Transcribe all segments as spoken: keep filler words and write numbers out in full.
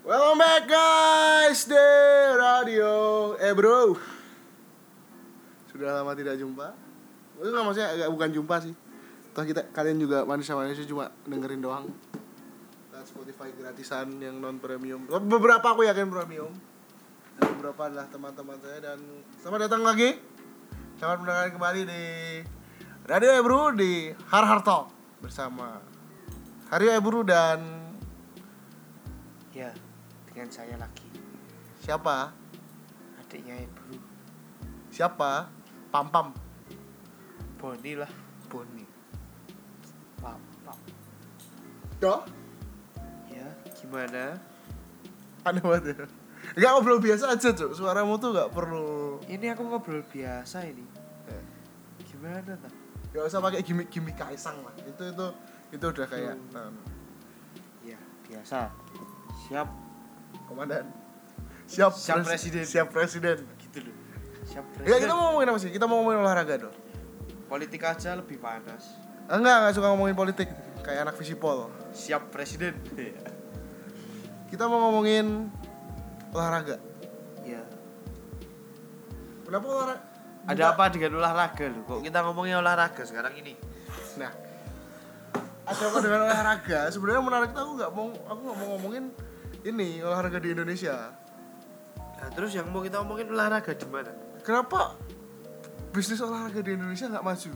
Welcome back guys di radio. Eh bro, sudah lama tidak jumpa. Itu nggak maksudnya agak bukan jumpa sih. Toh kita kalian juga manusia-manusia cuma dengerin doang. Dan Spotify gratisan yang non premium. Beberapa aku yakin premium. Dan beberapa adalah teman-teman saya dan selamat datang lagi. Selamat mendengarkan kembali di Radio Ebru di Har Har Talk bersama Haryo Ebru dan ya dengan saya lagi siapa? adiknya Ebru, Siapa? Pam Pam. Boni lah. Boni. Pam pam. Toh? Ya gimana? Aneh banget ya. Enggak ngobrol biasa aja, Cuk. Suaramu tuh enggak perlu. Ini aku ngobrol biasa ini. Eh. Gimana tak? Enggak usah pakai gimmick-gimmick Kaisang lah. Itu itu itu udah kayak Hmm. nah, Ya biasa. Siap. komandan. Siap, Siap pres- presiden. Siap presiden. Gitu loh. Siap Ya presiden. kita mau ngomongin apa sih? Kita mau ngomongin olahraga dong. Politik aja lebih panas. Enggak, enggak suka ngomongin politik kayak anak visipol. Siap presiden. Kita mau ngomongin olahraga. Ya. Kenapa olahraga? Ada apa dengan olahraga loh? Kok kita ngomongin olahraga sekarang ini? Nah, ada apa dengan olahraga? Sebenarnya menarik tuh aku nggak mau, aku nggak mau ngomongin ini olahraga di Indonesia. Nah, terus yang mau kita ngomongin olahraga di mana? Kenapa bisnis olahraga di Indonesia nggak maju?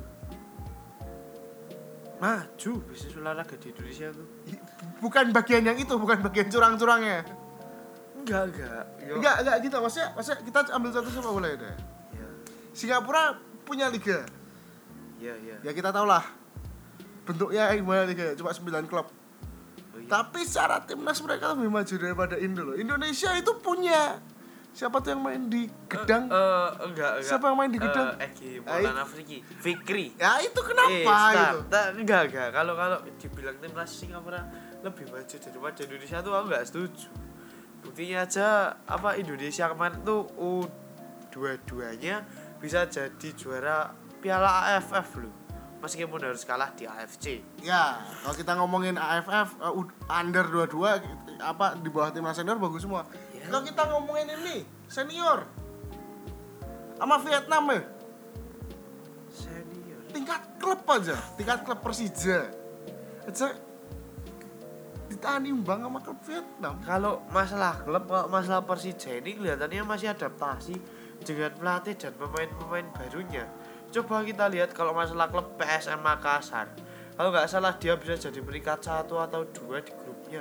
Maju bisnis olahraga di Indonesia tuh. Bukan bagian yang itu, bukan bagian curang-curangnya. Enggak, enggak. Yo. Enggak, enggak gitu. Maksudnya, maksudnya kita ambil contoh sepak bola deh. Ya. Singapura punya liga. Ya, ya. Ya kita tahu lah bentuknya gimana liga, cuma sembilan klub. Oh, iya. Tapi secara timnas mereka lebih maju daripada Indo loh. Indonesia itu punya siapa tuh yang main di Gedang? Eh, eh, enggak, enggak. Siapa yang main di Gedang? Eh, Eki Maulana Afriki. Fikri. Ya itu kenapa eh, start. gitu? Ta, enggak, enggak. Kalau kalau dibilang timnas Singapura lebih maju daripada Indonesia tuh aku enggak setuju. Buktinya aja apa Indonesia kemarin tuh U dua-duanya bisa jadi juara Piala A F F loh. Meskipun harus kalah di A F C. Ya, kalau kita ngomongin A F F uh, under dua puluh dua apa di bawah timnas senior bagus semua. Ya. Kalau kita ngomongin ini senior sama Vietnam ya, Senior. tingkat klub aja, tingkat klub Persija aja ditahan imbang sama klub Vietnam. Kalau masalah klub, kalau masalah Persija ini kelihatannya masih adaptasi dengan pelatih dan pemain-pemain barunya. Coba kita lihat kalau masalah klub P S M Makassar. Kalau nggak salah dia bisa jadi peringkat satu atau dua di grupnya.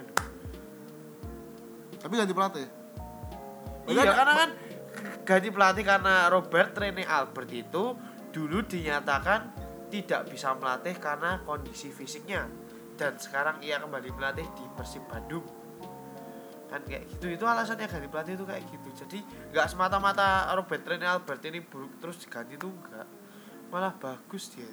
Tapi ganti pelatih. Iya, karena kan ganti pelatih karena Robert Rene Albert itu dulu dinyatakan tidak bisa melatih karena kondisi fisiknya. Dan sekarang ia kembali melatih di Persib Bandung. Kan kayak gitu, itu alasannya ganti pelatih itu kayak gitu. Jadi nggak semata-mata Robert Rene Albert ini buruk terus diganti itu enggak, malah bagus dia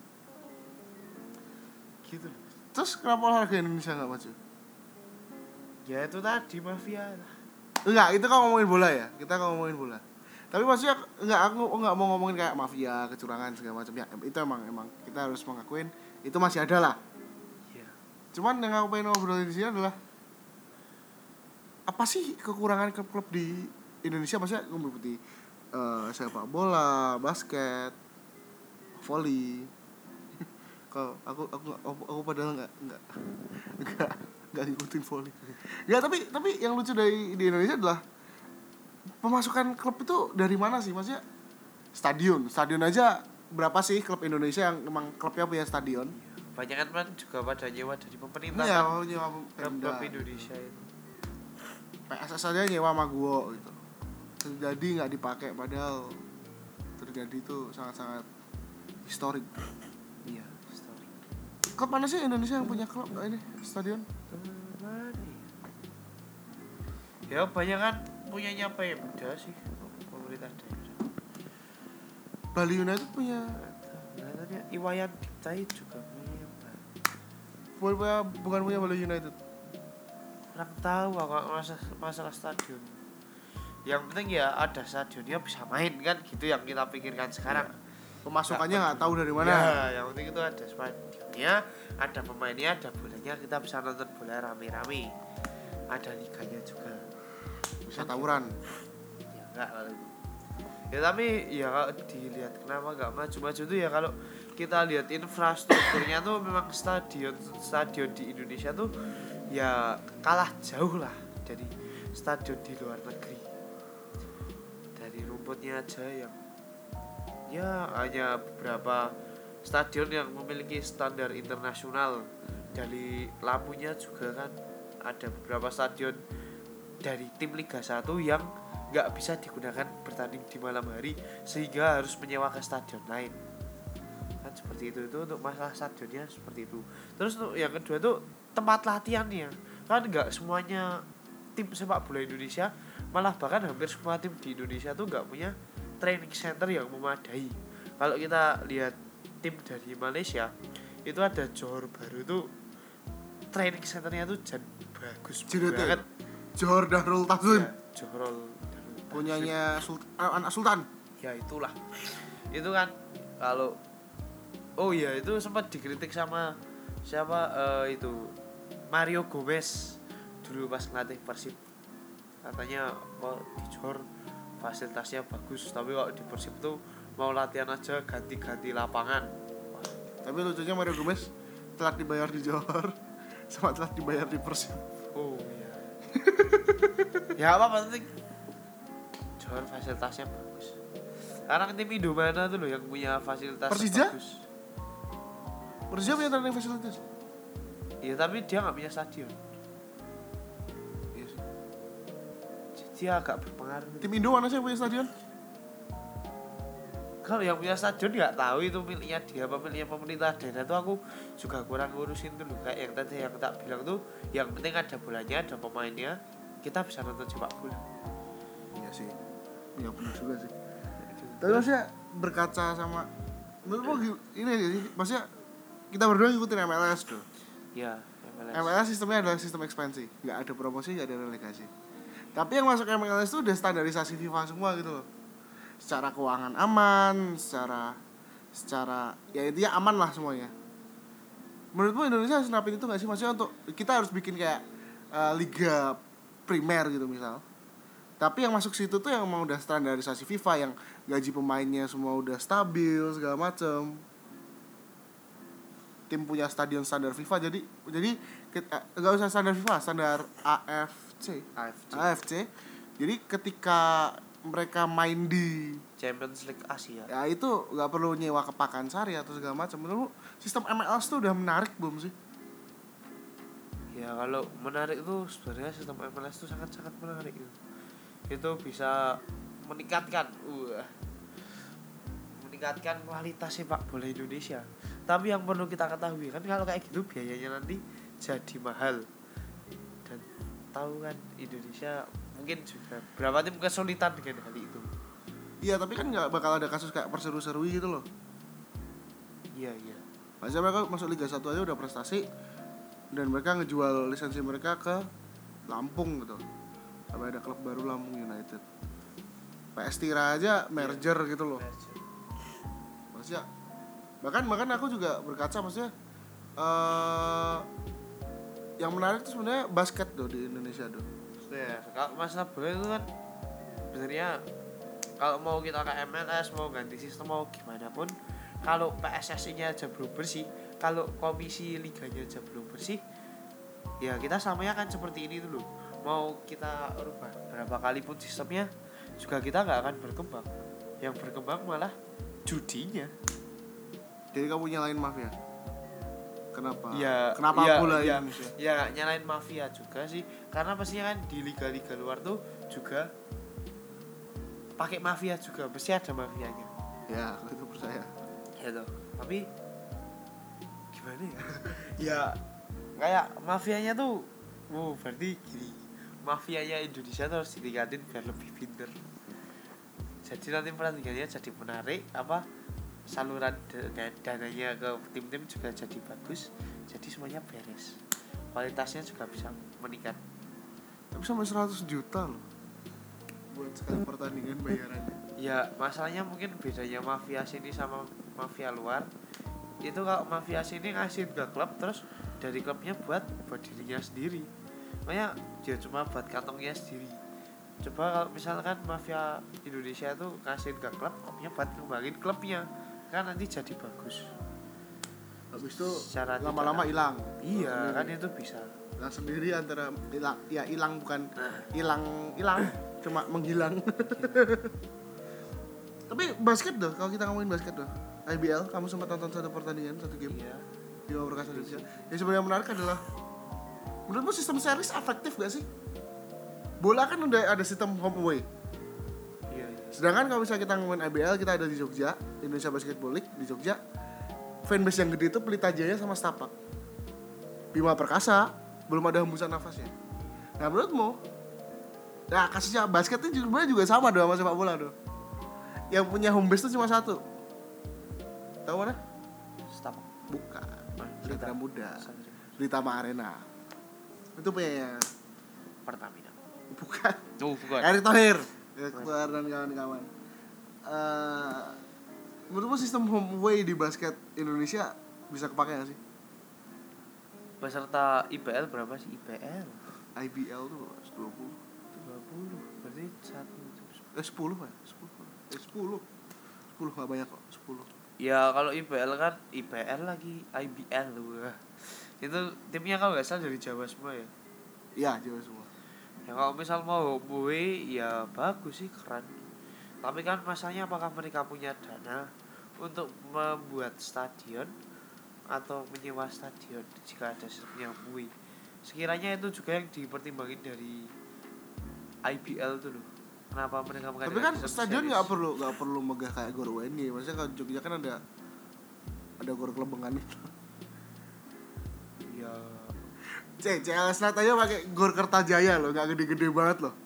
gitu loh. Terus kenapa olahraga Indonesia nggak maju? Ya itu tadi mafia lah. Enggak, itu kan ngomongin bola ya. Kita kan ngomongin bola. Tapi maksudnya enggak, aku enggak mau ngomongin kayak mafia, kecurangan segala macam ya. Itu emang emang kita harus mengakuin itu masih ada lah. Ya. Cuman yang aku pengen ngobrolin di sini adalah apa sih kekurangan klub-klub di Indonesia, maksudnya meliputi uh, sepak bola, basket, volley. Kalau aku aku aku, aku padahal enggak enggak enggak enggak ngikutin volley. Ya tapi tapi yang lucu dari di Indonesia adalah pemasukan klub itu dari mana sih? Maksudnya stadion, stadion aja berapa sih klub Indonesia yang emang klubnya punya stadion? Banyak kan juga pada nyewa dari pemerintah Iya, kan. nyewa Klub-klub Pemda. Indonesia itu. P S S aja nyewa sama gua gitu. Terjadi nggak dipakai padahal terjadi itu sangat-sangat historik. Iya, story. Klub mana sih Indonesia yang punya klub ini stadion? Mana ya? Ya banyak kan punyanya Pemda sih, pemerintah daerah. Bali United punya. Nah, tadi Iwayan Dipta juga punya. Bukan punya, bukan punya Bali United. Kurang tahu kalau masalah, masalah stadion. Yang penting ya ada stadionnya bisa main kan gitu yang kita pikirkan sekarang. Pemasukannya nggak tahu dari mana. Ya, yang penting itu ada stadionnya, ada pemainnya, ada bolanya, kita bisa nonton bola rame-rame. ada liganya juga. Bisa tawuran. Ya enggak kalau itu. Ya tapi ya kalau dilihat kenapa enggak maju-maju tuh ya kalau kita lihat infrastrukturnya tuh memang stadion stadion di Indonesia tuh ya kalah jauh lah dari stadion di luar negeri. Dari rumputnya aja yang ya hanya beberapa stadion yang memiliki standar internasional. Dari lampunya juga kan ada beberapa stadion dari tim Liga satu yang nggak bisa digunakan bertanding di malam hari sehingga harus menyewa ke stadion lain kan seperti itu. Itu untuk masalah stadionnya seperti itu. Terus untuk yang kedua tuh tempat latihannya kan nggak semuanya tim sepak bola Indonesia, malah bahkan hampir semua tim di Indonesia tuh nggak punya training center yang memadai. Kalau kita lihat tim dari Malaysia itu ada Johor Bahru itu training centernya tuh jan bagus Jadi banget. Johor Darul Tazun. Ya, Johor Punyanya Sultan, anak Sultan. Ya itulah. Itu kan kalau oh iya itu sempat dikritik sama siapa uh, itu Mario Gomez dulu pas ngelatih Persib. Katanya kok di Johor fasilitasnya bagus, tapi kok di Persib tuh mau latihan aja ganti-ganti lapangan. Wah. Tapi lucunya Mario Gomez telah dibayar di Johor sama telah dibayar di Persib. Oh iya. Ya apa penting Johor fasilitasnya bagus. Sekarang tim Indomana tuh loh yang punya fasilitas Persija? bagus. Persija punya training fasilitas. Iya tapi dia nggak punya stadion. Iya sih. Jadi agak berpengaruh. Tim Indo mana sih yang punya stadion? Kalau yang punya stadion nggak tahu itu miliknya dia apa miliknya pemerintah daerah tuh aku juga kurang ngurusin dulu. Kayak yang tadi yang tak bilang tuh yang penting ada bolanya, ada pemainnya, kita bisa nonton sepak bola. Iya sih. Iya benar juga sih. Tapi maksudnya berkaca sama menurutmu ini sih, maksudnya kita berdua ngikutin M L S tuh. Ya, M L S. M L S sistemnya adalah sistem ekspansi, nggak ada promosi, nggak ada relegasi. Tapi yang masuk M L S itu udah standarisasi FIFA semua gitu loh. Secara keuangan aman, secara secara ya intinya aman lah semuanya. Menurutmu Indonesia harus nerapin itu nggak sih? Maksudnya untuk kita harus bikin kayak uh, liga primer gitu misal. Tapi yang masuk situ tuh yang mau udah standarisasi FIFA, yang gaji pemainnya semua udah stabil segala macem. Tim punya stadion standar FIFA, jadi jadi nggak usah standar FIFA, standar A F C. A F C. A F C. Jadi ketika mereka main di Champions League Asia. Ya itu nggak perlu nyewa ke Pakansari atau segala macam. Menurut sistem M L S tuh udah menarik belum sih? Ya kalau menarik itu sebenarnya sistem M L S itu sangat-sangat menarik itu. Itu bisa meningkatkan uh, meningkatkan kualitas sepak bola Indonesia. Tapi yang perlu kita ketahui kan kalau kayak gitu biayanya nanti jadi mahal. Dan tahu kan Indonesia mungkin juga berapa tim kesulitan dengan hal itu. Iya tapi kan nggak bakal ada kasus kayak perseru-serui gitu loh. Iya iya. Maksudnya mereka masuk Liga satu aja udah prestasi dan mereka ngejual lisensi mereka ke Lampung gitu. Sampai ada klub baru Lampung United. P S Tira aja merger gitu loh. Maksudnya bahkan bahkan aku juga berkaca maksudnya uh, yang menarik itu sebenarnya basket tuh di Indonesia tuh. Ya, kalau masalah bola itu kan sebenarnya kalau mau kita ke M L S mau ganti sistem mau gimana pun kalau P S S I-nya aja belum bersih, kalau komisi liganya aja belum bersih, ya kita samanya kan seperti ini dulu. Mau kita rubah berapa kali pun sistemnya juga kita nggak akan berkembang. Yang berkembang malah judinya. Jadi kamu nyalain mafia? Kenapa? Ya, Kenapa ya, bola ya, Indonesia? Ya nyalain mafia juga sih, karena pastinya kan di liga-liga luar tuh juga pakai mafia juga, pasti ada mafianya. Ya, aku itu percaya. Ya toh. Tapi gimana ya? Ya kayak mafianya tuh, wow berarti gini, mafianya Indonesia tuh harus ditingkatin biar lebih pinter. Jadi nanti pertandingannya jadi menarik, apa saluran dananya ke tim-tim juga jadi bagus, jadi semuanya beres, kualitasnya juga bisa meningkat. Tapi sampai seratus juta loh buat sekali pertandingan bayarannya. Ya masalahnya mungkin bedanya mafia sini sama mafia luar itu, kalau mafia sini ngasih ke klub terus dari klubnya buat buat dirinya sendiri. makanya dia cuma buat kantongnya sendiri. Coba kalau misalkan mafia Indonesia itu kasihin ke klub, klubnya buat ngembangin klubnya kan nanti jadi bagus. Habis itu Secara lama-lama hilang. Iya, kan itu bisa. Nah sendiri antara hilang, ya hilang bukan Nah, hilang hilang, cuma menghilang. Tapi basket doh, kalau kita ngomongin basket doh, I B L, kamu sempat nonton satu pertandingan, satu game iya. di Perkasa Indonesia. Yang sebenarnya menarik adalah, menurutmu sistem series efektif gak sih? Bola kan udah ada sistem home away. Iya, iya. Sedangkan kalau misalnya kita ngomongin I B L, kita ada di Jogja, Indonesia Basketball League di Jogja. Fanbase yang gede itu Pelita Jaya sama Setapak. Bima Perkasa belum ada hembusan nafasnya. Nah menurutmu, nah kasusnya basket itu juga, juga sama doh sama sepak bola doh. Yang punya home base itu cuma satu. Tahu mana? Stop. Bukan. Ah, Pelita Sata- Muda. Satria. Pelitama Arena. Itu punya Pertamina. bukan. Oh, bukan. Erick Thohir. Erick Thohir dan kawan-kawan. Eh, menurutmu sistem home away di basket Indonesia bisa kepake gak sih? Peserta I P L berapa sih? I P L I B L tuh dua puluh. dua puluh. Berarti satu. Eh sepuluh ya? sepuluh. Eh sepuluh. sepuluh enggak banyak kok, sepuluh. Ya kalau I P L kan I P L lagi I B L loh. Itu timnya kalau nggak salah dari Jawa semua ya. Iya, Jawa semua. Ya kalau misal mau buwe ya bagus sih, keren. Tapi kan masalahnya apakah mereka punya dana untuk membuat stadion atau menyewa stadion jika ada sistemnya buwe. Sekiranya itu juga yang dipertimbangin dari I B L tuh loh. Kenapa mereka mengadakan Tapi kan sistem stadion series? nggak perlu nggak perlu megah kayak Gor U N Y. Maksudnya kalau Jogja kan ada ada Gor Kelebengan itu. Ya C C L S Net aja pakai Gor Kertajaya loh, nggak gede-gede banget loh.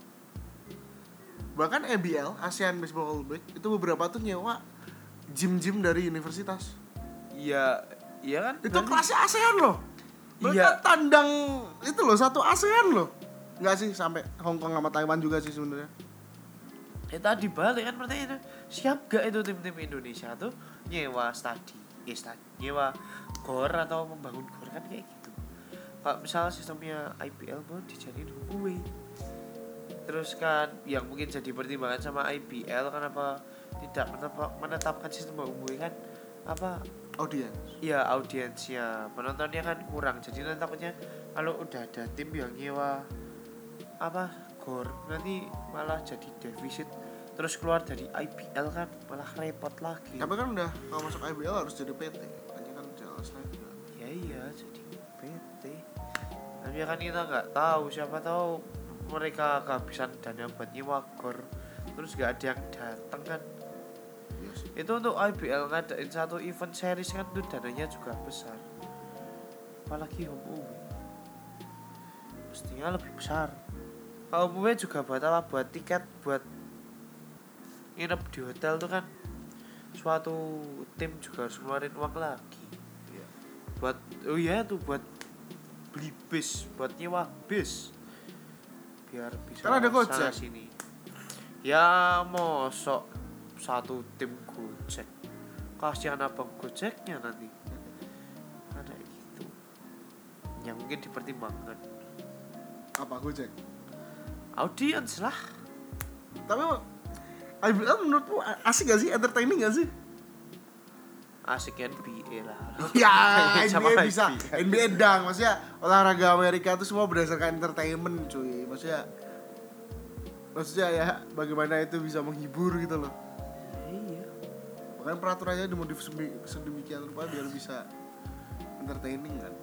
Bahkan A B L, ASEAN Baseball League, itu beberapa tuh nyewa gym-gym dari universitas. iya iya kan Itu berarti- kelasnya ASEAN loh. Mereka Iya. tandang itu loh, satu ASEAN loh. Nggak sih, sampai Hong Kong sama Taiwan juga sih sebenarnya. Ya tadi balik kan pertanyaan, siap gak itu tim-tim Indonesia tuh nyewa stadi, eh stadi, nyewa gor atau membangun gor kan kayak gitu. Kalau misalnya sistemnya I P L pun dijadiin home. Terus kan yang mungkin jadi pertimbangan sama I P L kenapa tidak menetap- menetapkan sistem home kan apa? Audiens. Ya audiensnya, penontonnya kan kurang. Jadi nanti takutnya kalau udah ada tim yang nyewa apa gor nanti malah jadi defisit, terus keluar dari I P L kan malah repot lagi. Tapi kan udah kalau masuk I B L harus jadi P T. Makanya kan C L S Net juga. Ya iya jadi P T. Tapi ya kan kita nggak tahu, siapa tahu mereka kehabisan dana buat nyewa gor, terus nggak ada yang datang kan. Iya sih. Itu untuk I B L ngadain satu event series kan tuh dananya juga besar. Apalagi home away, mestinya lebih besar. Kalau home away juga buat apa? Buat tiket, buat nginep di hotel tuh kan suatu tim juga harus ngeluarin uang lagi. Iya. Buat oh iya tuh buat beli bis, buat nyewa bis biar bisa Kan ada Gojek. sana sini. Ya mosok satu tim Gojek, kasihan abang Gojeknya nanti. Ada gitu yang mungkin dipertimbangkan. Apa Gojek? Audience lah. Tapi I B L menurutmu asik gak sih? Entertaining gak sih? Asik N B A lah. Ya, N B Sama A bisa. I B L. N B A dang, maksudnya olahraga Amerika itu semua berdasarkan entertainment, cuy. Maksudnya Maksudnya ya bagaimana itu bisa menghibur gitu loh. Iya. Bahkan peraturannya dimodif sedemikian rupa biar bisa entertaining kan.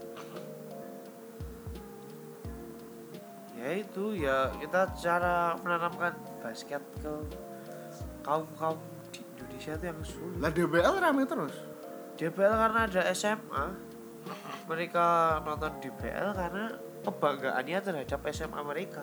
Ya itu ya kita cara menanamkan basket ke kaum kaum di Indonesia itu yang sulit. Lah D B L rame terus. D B L karena ada S M A, mereka nonton D B L karena kebanggaannya terhadap S M A mereka.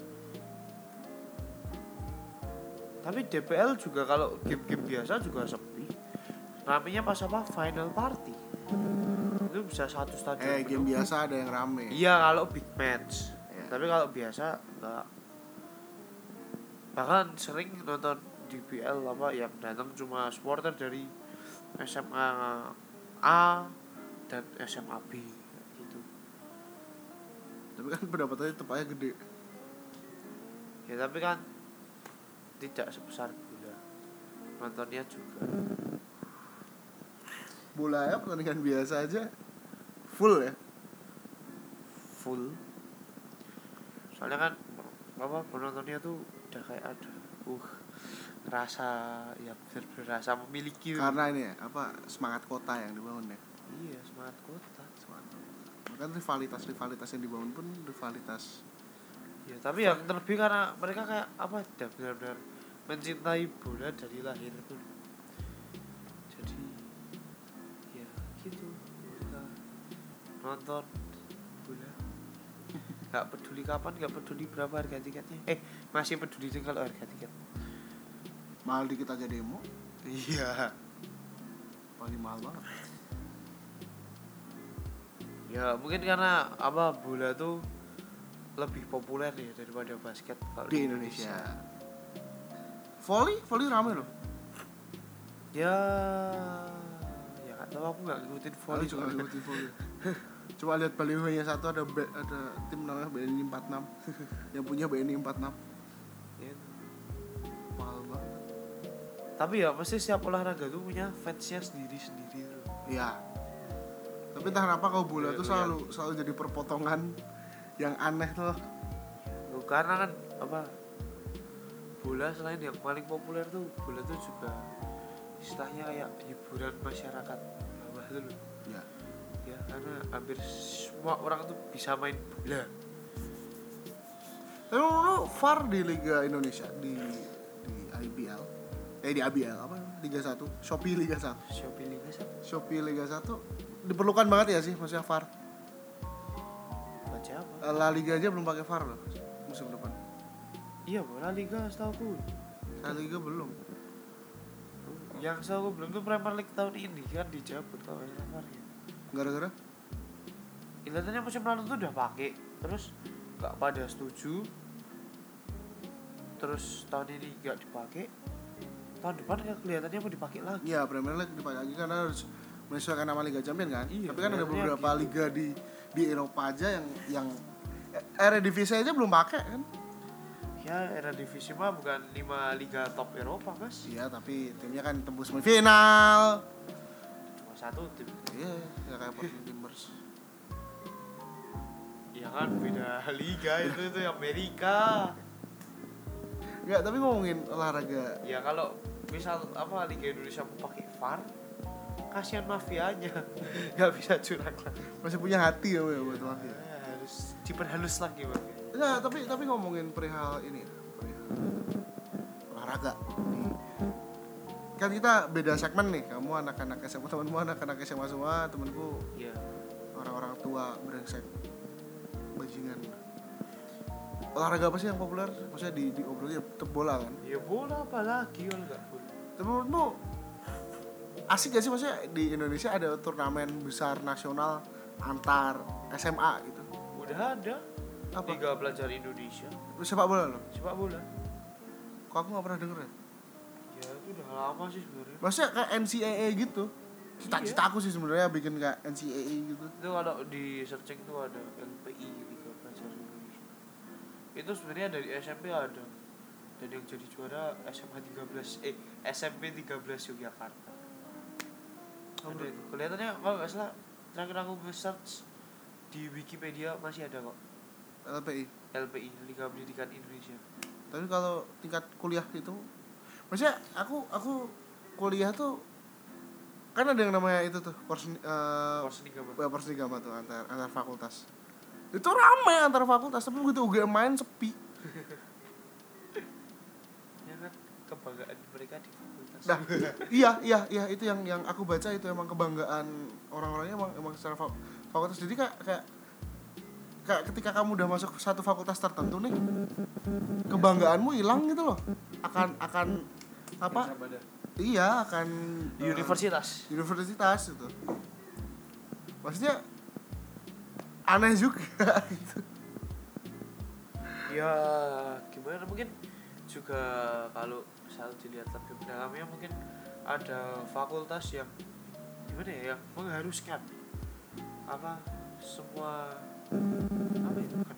Tapi D B L juga kalau game-game biasa juga sepi. Ramenya pas apa? Final party. Itu bisa satu stadion. Eh game penuh. biasa ada yang rame. Iya kalau big match. Iya. Tapi kalau biasa enggak. Bahkan sering nonton D B L apa yang datang cuma supporter dari S M A A dan S M A B gitu. Tapi kan pendapatannya tetap aja gede. Ya tapi kan tidak sebesar bola. Nontonnya juga. Bola ya pertandingan biasa aja full ya. Full. Soalnya kan apa penontonnya tuh udah kayak ada uh rasa ya berasa memiliki. Karena ini ya, apa semangat kota yang dibangun ya. Iya, semangat kota. Semangat kota. Bahkan rivalitas-rivalitas yang dibangun pun rivalitas. Ya, tapi yang terlebih karena mereka kayak apa udah benar-benar mencintai bola dari lahir tuh. Jadi ya gitu mereka nonton bola. Gak peduli kapan, gak peduli berapa harga tiketnya. Eh, masih peduli sih kalau harga tiket. Mahal dikit aja demo. Iya. Paling mahal banget. Ya mungkin karena apa bola tuh lebih populer ya daripada basket kalau Di Indonesia. Volley, volley rame loh. Ya, ya nggak tahu aku nggak ngikutin volley. Aku juga nggak ngikutin volley. Cuma lihat balihonya satu ada B, ada tim namanya B N I empat enam yang punya B N I empat enam. Ya. Mahal banget. Tapi ya pasti setiap olahraga tuh punya fansnya sendiri-sendiri tuh. Iya. Tapi entah kenapa kalau bola Ya, tuh ya. selalu selalu jadi perpotongan yang aneh tuh. Loh, karena kan apa bola selain yang paling populer tuh bola tuh juga istilahnya kayak hiburan masyarakat bawah tuh loh. Ya. Ya karena hampir semua orang tuh bisa main bola. Tapi lu V A R di Liga Indonesia di di I B L. Eh di I B L apa? Liga satu, Shopee Liga satu. Shopee Liga satu Shopee Liga satu diperlukan banget ya sih maksudnya V A R. baca apa? La Liga aja belum pakai V A R loh musim depan. Iya, bola Liga setahu La Liga belum. yang setahu belum tuh Premier League tahun ini kan dicabut kalau ya. Gara-gara Kelihatannya musim lalu tuh udah pakai, terus nggak pada setuju, terus tahun ini nggak dipakai, tahun depan kan kelihatannya mau dipakai lagi. ya Premier League dipakai lagi karena harus menyesuaikan nama Liga Champions kan. Iya, Tapi kan ada kelihatannya beberapa gitu. liga di di Eropa aja yang yang Eredivisie aja belum pakai kan. Ya Eredivisie mah bukan lima liga top Eropa mas, Iya, tapi timnya kan tembus semifinal. cuma satu tim. Iya, ya kayak Portland Timbers. Ya kan beda liga itu itu Amerika. Enggak, tapi ngomongin olahraga. Ya kalau misal apa Liga Indonesia mau pakai V A R, kasihan mafianya, nggak bisa curang lah. Masih punya hati ya buat mafia. Ya, harus diperhalus lagi mafia. Nah, tapi tapi ngomongin perihal ini, perihal olahraga. Di, kan kita beda segmen nih. Kamu anak-anak S M A, temanmu anak-anak S M A semua, temanku Iya. orang-orang tua brengsek bajingan. Olahraga apa sih yang populer? Maksudnya di di obrolnya tetap bola kan? Ya bola apa lagi kalau nggak bola? Tapi menurutmu asik gak sih maksudnya di Indonesia ada turnamen besar nasional antar S M A gitu? Udah ada. Apa? Liga Pelajar Indonesia Sepak bola loh? sepak bola. Kok aku gak pernah denger ya? Ya itu udah lama sih sebenarnya. Maksudnya kayak N C A A gitu. Cita-cita aku sih sebenarnya bikin kayak N C A A gitu. Itu kalau di searching tuh ada L P I Liga Pelajar Indonesia. Itu sebenarnya dari S M P ada. Dan yang jadi juara S M A tiga belas eh S M P tiga belas Yogyakarta. Oh, Ada itu. Kelihatannya kalau nggak salah terakhir aku nge-search di Wikipedia masih ada kok. L P I. L P I Liga Pendidikan Indonesia. Tapi kalau tingkat kuliah itu, maksudnya aku aku kuliah tuh kan ada yang namanya itu tuh Porsni, uh, Porsnigama. ya Porsnigama tuh antar antar fakultas. Itu ramai antar fakultas, tapi begitu U G M main sepi. Ya kan kebanggaan mereka di fakultas. Nah, iya iya iya itu yang yang aku baca itu emang kebanggaan orang-orangnya emang emang secara fak- fakultas. Jadi kayak kayak kayak ketika kamu udah masuk satu fakultas tertentu nih, kebanggaanmu hilang gitu loh. Akan akan apa? Iya, akan Di uh, universitas. universitas itu. Maksudnya aneh juga gitu. Ya gimana mungkin juga kalau misal dilihat lebih mendalamnya mungkin ada fakultas yang gimana ya yang mengharuskan apa semua apa itu bukan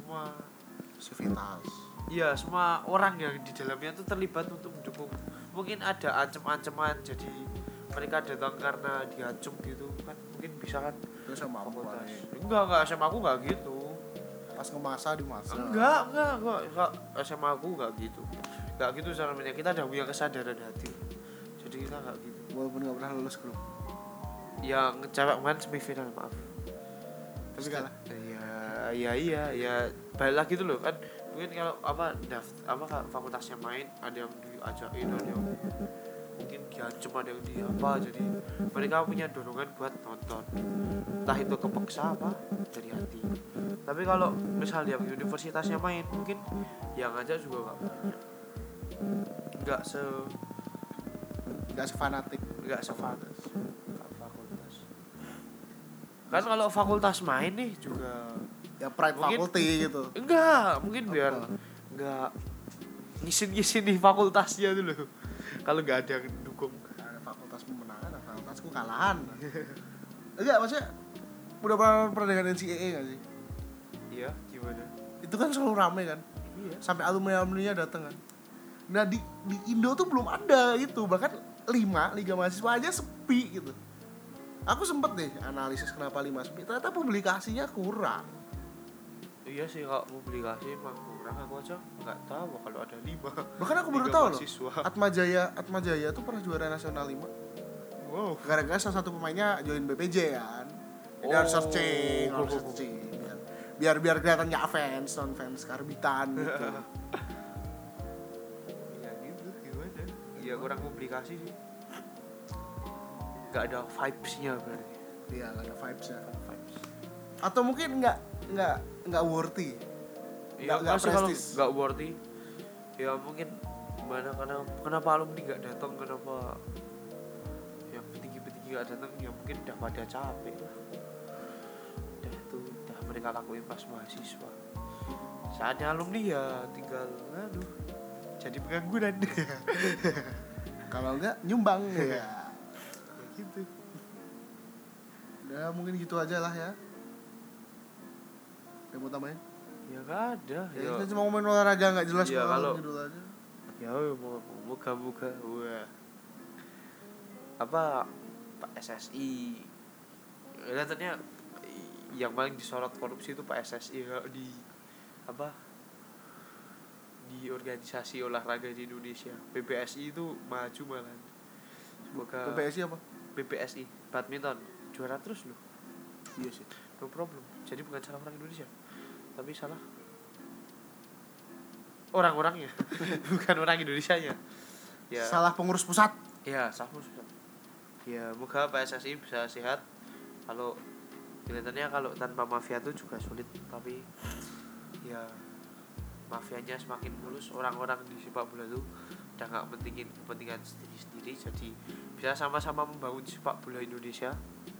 semua Civitas. iya semua orang yang di dalamnya itu terlibat untuk mendukung. Mungkin ada ancam-ancaman jadi mereka datang karena diancam gitu kan, mungkin bisa kan. Terus sama aku fakultas. paling. Enggak, enggak S M A aku enggak gitu. Pas ngemasa di masa. Enggak, enggak, enggak, enggak. S M A aku enggak gitu. Enggak gitu caranya. Kita udah punya kesadaran hati. Jadi kita enggak gitu. Walaupun enggak pernah lulus grup. Yang cewek main semifinal, maaf. Tapi kalah. Iya, iya, iya, ya balik lagi tuh loh kan. Mungkin kalau apa daft apa fakultasnya main ada yang diajakin, ada yang mungkin diancam, ada yang di apa, jadi mereka punya dorongan buat nonton, entah itu kepeksa apa dari hati. Tapi kalau misalnya yang universitasnya main mungkin yang ngajak juga nggak nggak se Enggak sefanatik. nggak sefanatik fakultas kan. Kalau fakultas main nih juga Ya pride mungkin, faculty gitu. enggak mungkin biar Apa? enggak ngisin-ngisin di fakultasnya dulu. Kalau nggak ada yang dukung. Ada fakultas pemenangan, ada fakultasku kalahan. Enggak, maksudnya udah pernah pernah dengan N C A A enggak sih? Iya, gimana? Itu kan selalu rame kan. Iya. Sampai alumni-alumninya datang kan. Nah di di Indo tuh belum ada itu, bahkan lima liga mahasiswa aja sepi gitu. Aku sempet deh analisis kenapa lima sepi, ternyata publikasinya kurang. Iya sih, kalau publikasi emang kurang. Aku aja nggak tahu kalau ada lima. Bahkan aku baru Liga tahu loh, mahasiswa. Atmajaya Atmajaya tuh pernah juara nasional lima. Wow. Gara-gara salah satu pemainnya join B P J kan. Jadi Oh. harus searching, harus searching. Biar biar, biar kelihatan nggak fans, non fans karbitan gitu. Ya gitu, gimana? Ya kurang publikasi sih. Nggak ada vibes-nya berarti. Iya, nggak ada vibes-nya. Vibes. Atau mungkin nggak nggak nggak worthy. Ya Nggak- nggak pasti kalau prestis. nggak worthy. Ya mungkin gimana, karena kenapa alumni nggak datang, kenapa yang petinggi-petinggi nggak datang, ya mungkin udah pada capek lah. Udah itu udah mereka lakuin pas mahasiswa. Saatnya alumni ya tinggal aduh jadi pengangguran. Kalau nggak nyumbang ya. Ya gitu. Udah mungkin gitu aja lah ya. Yang mau tambahin? Ya nggak ada. Ya, Ya, kita cuma ngomongin olahraga nggak jelas Iya, banget kalau- gitu aja. ya mau muka-muka wah. Apa Pak S S I kelihatannya yang paling disorot korupsi itu Pak S S I kalau di apa di organisasi olahraga di Indonesia. P B S I itu maju malah. Semoga P P S I apa? P B S I badminton juara terus loh. Iya sih. No problem. Jadi bukan salah orang Indonesia, tapi salah orang-orangnya. Bukan orang Indonesianya. Ya. Salah pengurus pusat. Ya, salah pengurus pusat. Ya, moga P S S I bisa sehat. Kalau kelihatannya kalau tanpa mafia itu juga sulit, tapi ya mafianya semakin mulus, orang-orang di sepak bola itu udah nggak pentingin kepentingan sendiri-sendiri, jadi bisa sama-sama membangun sepak bola Indonesia.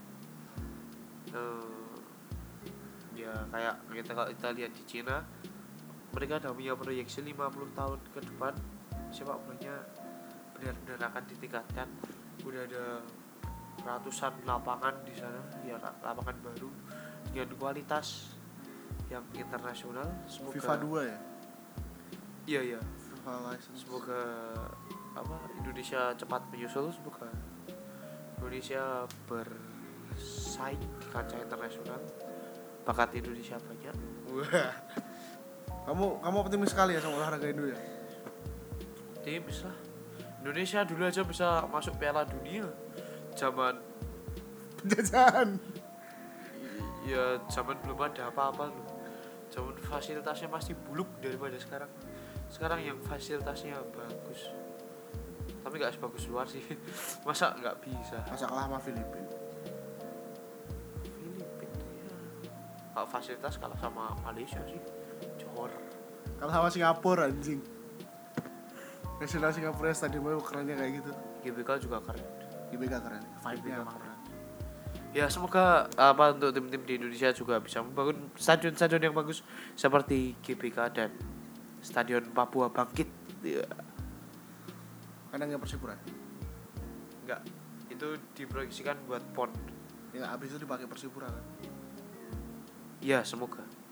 Uh, ya kayak kita kalau kita lihat di Cina, mereka udah punya proyeksi lima puluh tahun ke depan sepak bolanya benar-benar akan ditingkatkan. Udah ada ratusan lapangan di sana, ya lapangan baru dengan kualitas yang internasional. Semoga FIFA dua ya. Iya iya. FIFA license. Semoga apa Indonesia cepat menyusul. Semoga Indonesia bersaing di kancah internasional. Bakat Indonesia banyak. Wah. Kamu kamu optimis sekali ya sama olahraga Indo ya? Optimis lah. Indonesia dulu aja bisa masuk Piala Dunia. Zaman Penjajahan. ya zaman belum ada apa-apa loh. Zaman fasilitasnya masih buluk daripada sekarang. Sekarang yang fasilitasnya bagus, tapi nggak sebagus luar sih. Masa nggak bisa? Masa kalah sama Filipina? Filipina ya. Kalau fasilitas kalah sama Malaysia sih. Johor. Kalah sama Singapura anjing. Nasional Singapura stadion baru kerennya kayak gitu. G B K juga keren. G B K keren. Vibe-nya G B K emang keren. keren. Ya semoga apa untuk tim-tim di Indonesia juga bisa membangun stadion-stadion yang bagus seperti G B K dan Stadion Papua Bangkit. Ya. Kandangnya Persipura. Enggak, itu diproyeksikan buat pon. Ya abis itu dipakai Persipura kan. Ya semoga.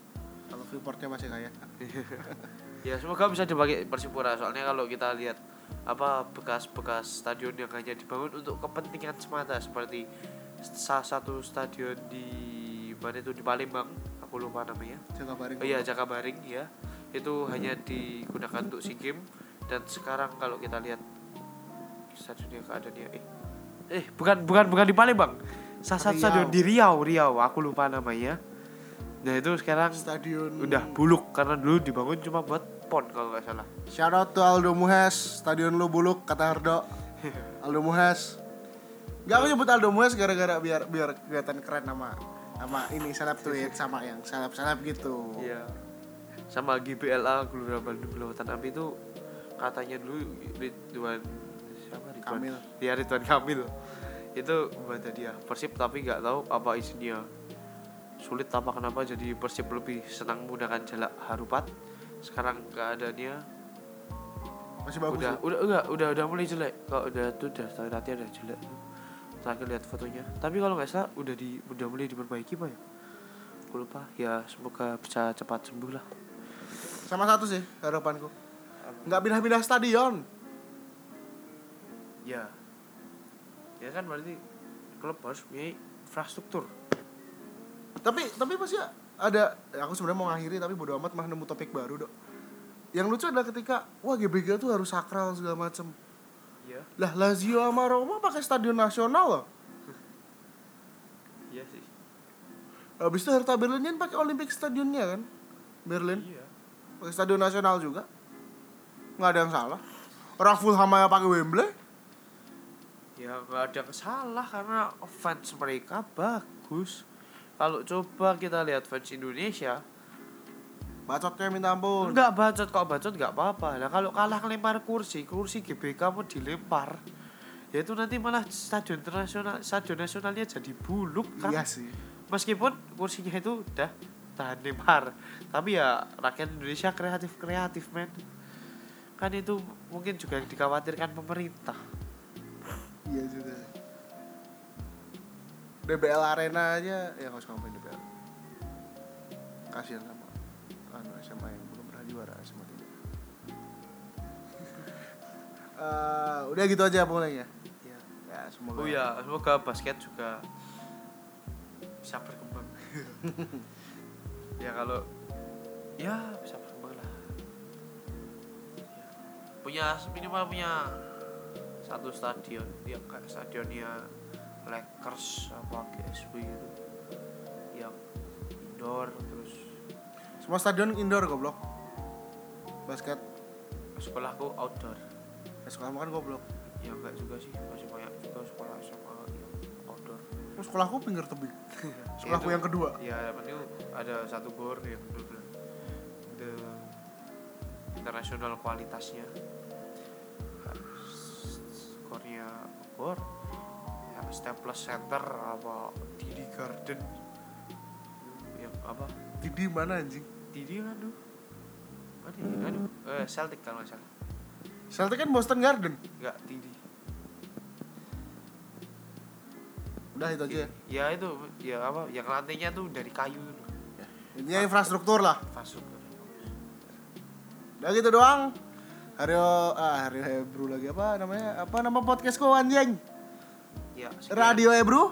Kalau Freeportnya masih kaya. Ya semoga bisa dipakai Persipura, soalnya kalau kita lihat apa bekas-bekas stadion yang hanya dibangun untuk kepentingan semata, seperti salah satu stadion di mana itu di Palembang, aku lupa namanya. Jakabaring. Oh iya, Jakabaring ya. Itu hanya digunakan untuk SEA Games, dan sekarang kalau kita lihat stadionnya keadaannya eh eh bukan bukan bukan di Palembang. Salah satu stadion di Riau, Riau, aku lupa namanya. Nah, itu sekarang stadion udah buluk karena dulu dibangun cuma buat pon kalau nggak salah. Shout out to Aldo Muhes, stadion lu buluk kata Hardo. Aldo Muhes. Gak, aku nyebut Aldo Muhes gara-gara biar biar kelihatan keren sama sama ini seleb tweet sama yang seleb-seleb gitu. Iya. Sama G B L A Gelora Bandung Lautan Api itu katanya dulu Ridwan siapa Ridwan Kamil. Ya Ridwan Kamil. Itu buat dia Persib, tapi nggak tahu apa isinya. Sulit apa kenapa jadi Persib lebih senang menggunakan jalak harupat. Sekarang keadaannya Masih bagus. udah ya? udah enggak udah udah mulai jelek. Kalau udah tuh udah latihan udah jelek. Terakhir lihat fotonya. Tapi kalau nggak salah udah di udah mulai diperbaiki Pak ya. Aku lupa. Ya semoga bisa cepat sembuh lah. Sama satu sih harapanku. Nggak pindah-pindah stadion. Ya. Ya kan berarti klub harus punya infrastruktur. Tapi tapi pasti ada, aku sebenarnya mau ngakhiri tapi bodo amat, mah nemu topik baru, Dok. Yang lucu adalah ketika wah G B K tuh harus sakral segala macem. Iya. Lah Lazio sama Roma pakai stadion nasional loh. Iya sih. Habis itu Hertha Berlin kan pakai Olympic stadionnya kan. Berlin. Iya. Pakai stadion nasional juga. Nggak ada yang salah. Orang Fulham aja pakai Wembley. Ya nggak ada yang salah karena fans mereka bagus. Kalau coba kita lihat fans Indonesia, Bacotnya minta ampun. enggak bacot, kok bacot enggak apa-apa. Nah, kalau kalah lempar kursi, kursi G B K mau dilempar. Ya itu nanti malah stadion internasional, stadion nasionalnya jadi buluk kan. Iya sih. Meskipun kursinya itu udah tahan lempar, tapi ya rakyat Indonesia kreatif-kreatif, men. Kan itu mungkin juga yang dikhawatirkan pemerintah. Iya juga. D B L Arena aja ya nggak usah ngomongin D B L. Kasihan sama anu S M A yang belum pernah juara S M A tiga. uh, udah gitu aja pokoknya. Ya. Ya semoga. Oh ya, semoga basket juga bisa berkembang. Ya kalau ya bisa berkembang lah. Ya. Punya minimal punya satu stadion, ya kayak stadionnya Lakers apa G S W gitu, yang indoor. Terus Semua stadion indoor goblok. Basket. sekolahku outdoor. Ya, sekolah kan goblok. Ya enggak juga sih, masih banyak juga sekolah S M A yang outdoor. Terus sekolahku pinggir tebing. Sekolahku Ya, yang kedua. Ya penting ada satu gor yang benar-benar the internasional kualitasnya. Gornya gor yang Staples Center apa Didi Garden yang apa Didi mana anjing? Didi kan tuh mana ya aduh eh, Celtic kalau nggak salah. Celtic kan Boston Garden. Enggak, Didi. Udah itu aja ya. Ya itu ya apa yang lantainya tuh dari kayu tuh. Intinya infrastruktur lah. Infrastruktur. Udah gitu doang. Hario ah Hario Hebru lagi apa namanya? Apa nama podcastku anjing? Ya, sekian. Radio Ebru.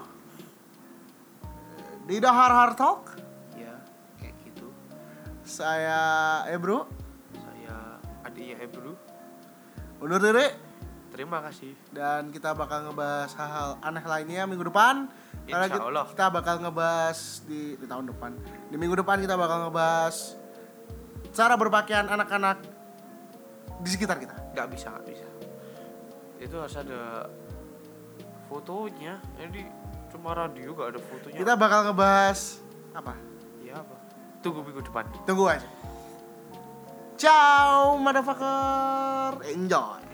Di Dahar Hard Talk. Ya, kayak gitu. Saya Ebru. Saya adiknya Ebru. Undur diri. Terima kasih. Dan kita bakal ngebahas hal-hal aneh lainnya minggu depan. Karena Insya Allah. kita bakal ngebahas di, di tahun depan. Di minggu depan kita bakal ngebahas cara berpakaian anak-anak di sekitar kita. Nggak bisa, nggak bisa. Itu harus ada fotonya. Jadi cuma radio nggak ada fotonya. Kita bakal ngebahas apa? Ya apa? Tunggu minggu depan. Tunggu aja. Ciao, motherfucker. Enjoy.